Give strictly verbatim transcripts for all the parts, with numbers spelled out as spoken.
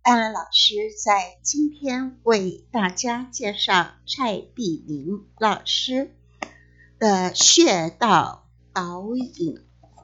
安安老师在今天为大家介绍蔡璧名老师的穴道导引。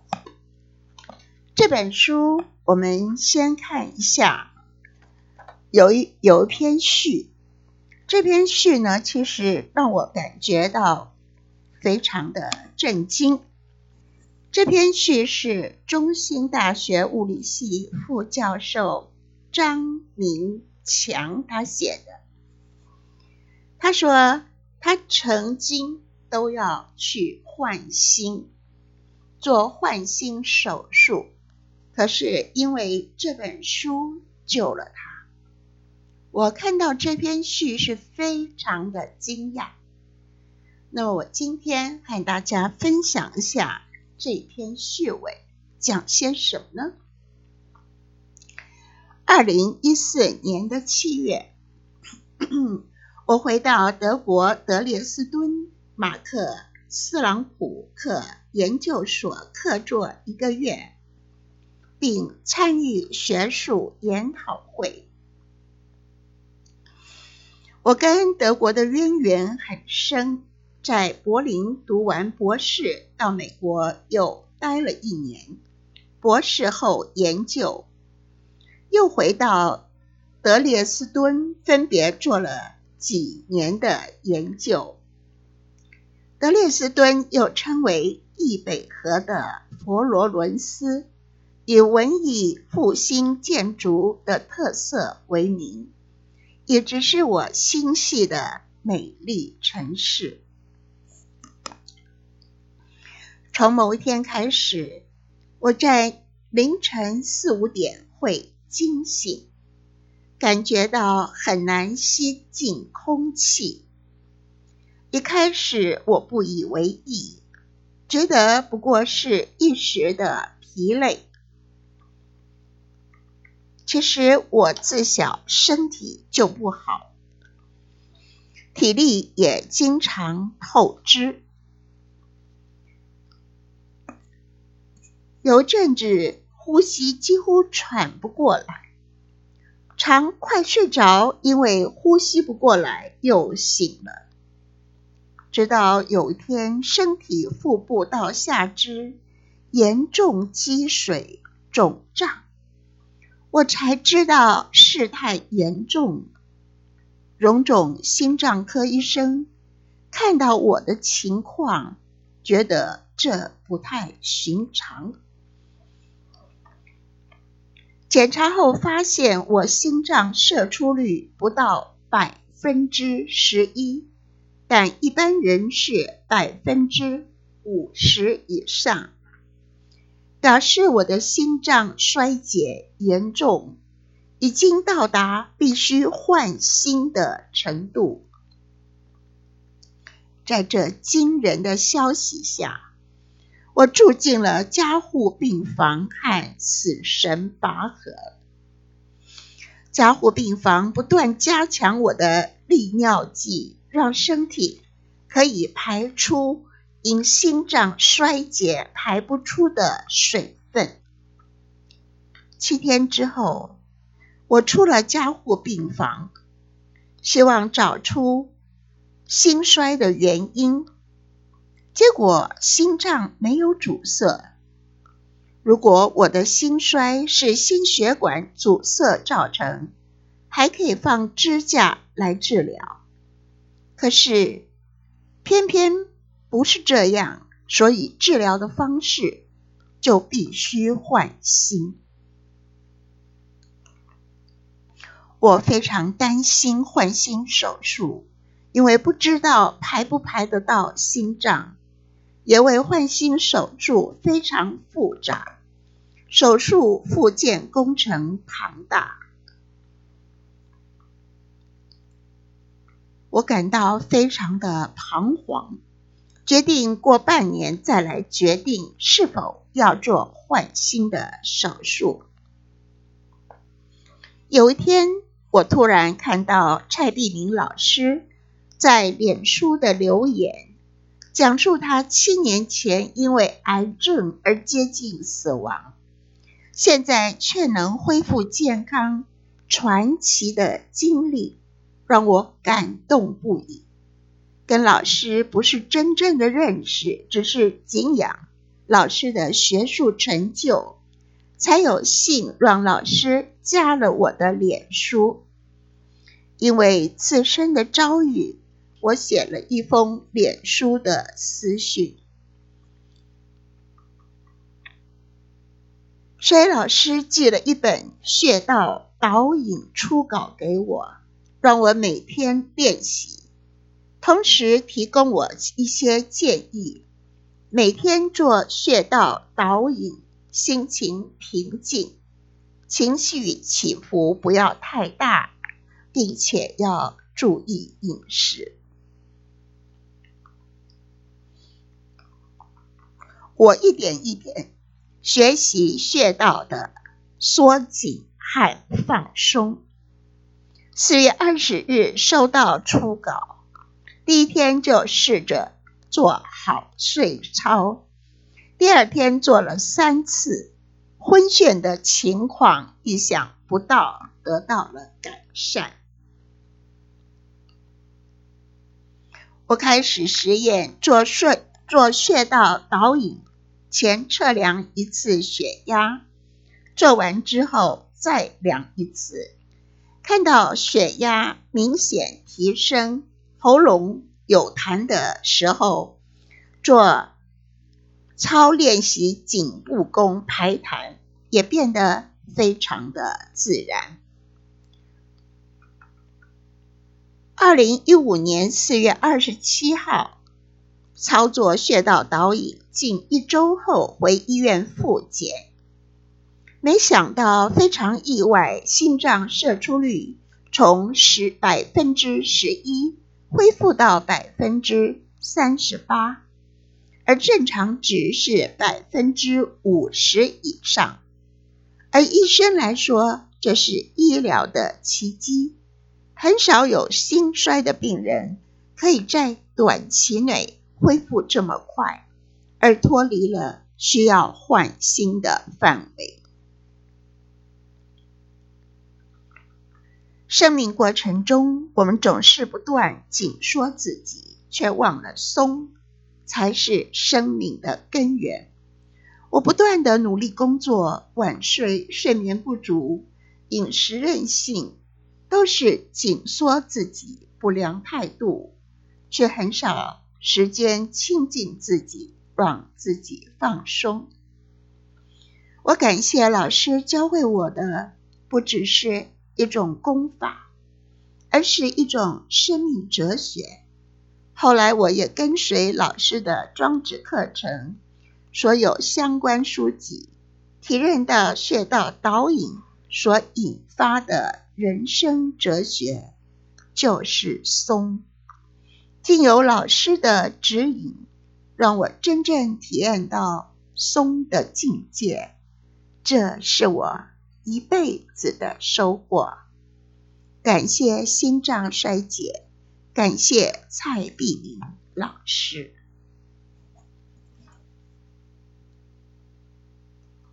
这本书我们先看一下，有一有一篇序，这篇序呢，其实让我感觉到非常的震惊。这篇序是中兴大学物理系副教授张明强他写的。他说他曾经都要去换心，做换心手术，可是因为这本书救了他。我看到这篇序是非常的惊讶。那么我今天和大家分享一下这篇序尾讲些什么呢？二零一四年的七月，我回到德国德列斯敦马克斯朗普克研究所客座一个月，并参与学术研讨会。我跟德国的渊源很深，在柏林读完博士，到美国又待了一年，博士后研究，又回到德列斯敦，分别做了几年的研究。德列斯敦又称为易北河的佛罗伦斯，以文艺复兴建筑的特色为名，一直是我心系的美丽城市。从某一天开始，我在凌晨四五点会惊醒，感觉到很难吸进空气。一开始我不以为意，觉得不过是一时的疲累。其实我自小身体就不好，体力也经常透支。有阵子呼吸几乎喘不过来，常快睡着，因为呼吸不过来又醒了。直到有一天，身体腹部到下肢严重积水肿胀，我才知道事态严重。荣总心脏科医生看到我的情况，觉得这不太寻常。检查后发现我心脏射出率不到百分之十一，但一般人是百分之五十以上，表示我的心脏衰竭严重，已经到达必须换心的程度。在这惊人的消息下，我住进了加护病房和死神拔河。加护病房不断加强我的利尿剂，让身体可以排出因心脏衰竭排不出的水分。七天之后，我出了加护病房，希望找出心衰的原因。结果心脏没有阻塞。如果我的心衰是心血管阻塞造成，还可以放支架来治疗。可是偏偏不是这样，所以治疗的方式就必须换心。我非常担心换心手术，因为不知道排不排得到心脏。也为换心手术非常复杂，手术复健工程庞大。我感到非常的彷徨，决定过半年再来决定是否要做换心的手术。有一天，我突然看到蔡璧名老师在脸书的留言，讲述他七年前因为癌症而接近死亡，现在却能恢复健康， 传奇的经历，让我感动不已。跟老师不是真正的认识，只是敬仰老师的学术成就，才有幸让老师加了我的脸书。因为自身的遭遇，我写了一封脸书的私讯。水老师寄了一本穴道导引初稿给我，让我每天练习，同时提供我一些建议。每天做穴道导引，心情平静，情绪起伏不要太大，并且要注意饮食。我一点一点学习穴道的缩紧和放松。四月二十日收到初稿，第一天就试着做好睡操，第二天做了三次，昏眩的情况意想不到得到了改善。我开始实验做穴做穴道导引，前测量一次血压，做完之后再量一次，看到血压明显提升，喉咙有痰的时候，做操练习颈部功排痰，也变得非常的自然。二零一五年四月二十七号，操作穴道导引，近一周后回医院复检，没想到非常意外，心脏射出率从十百分之十一恢复到百分之三十八，而正常值是百分之五十以上。而医生来说，这是医疗的奇迹，很少有心衰的病人可以在短期内恢复这么快，而脱离了需要换心的范围。生命过程中，我们总是不断紧缩自己，却忘了松才是生命的根源。我不断的努力工作，晚睡、睡眠不足、饮食任性，都是紧缩自己，不良态度，却很少时间亲近自己，让自己放松。我感谢老师教会我的，不只是一种功法，而是一种生命哲学。后来我也跟随老师的庄子课程，所有相关书籍，体认到穴道导引所引发的人生哲学就是松。经由老师的指引，让我真正体验到松的境界，这是我一辈子的收获。感谢心脏衰竭，感谢蔡碧玲老师。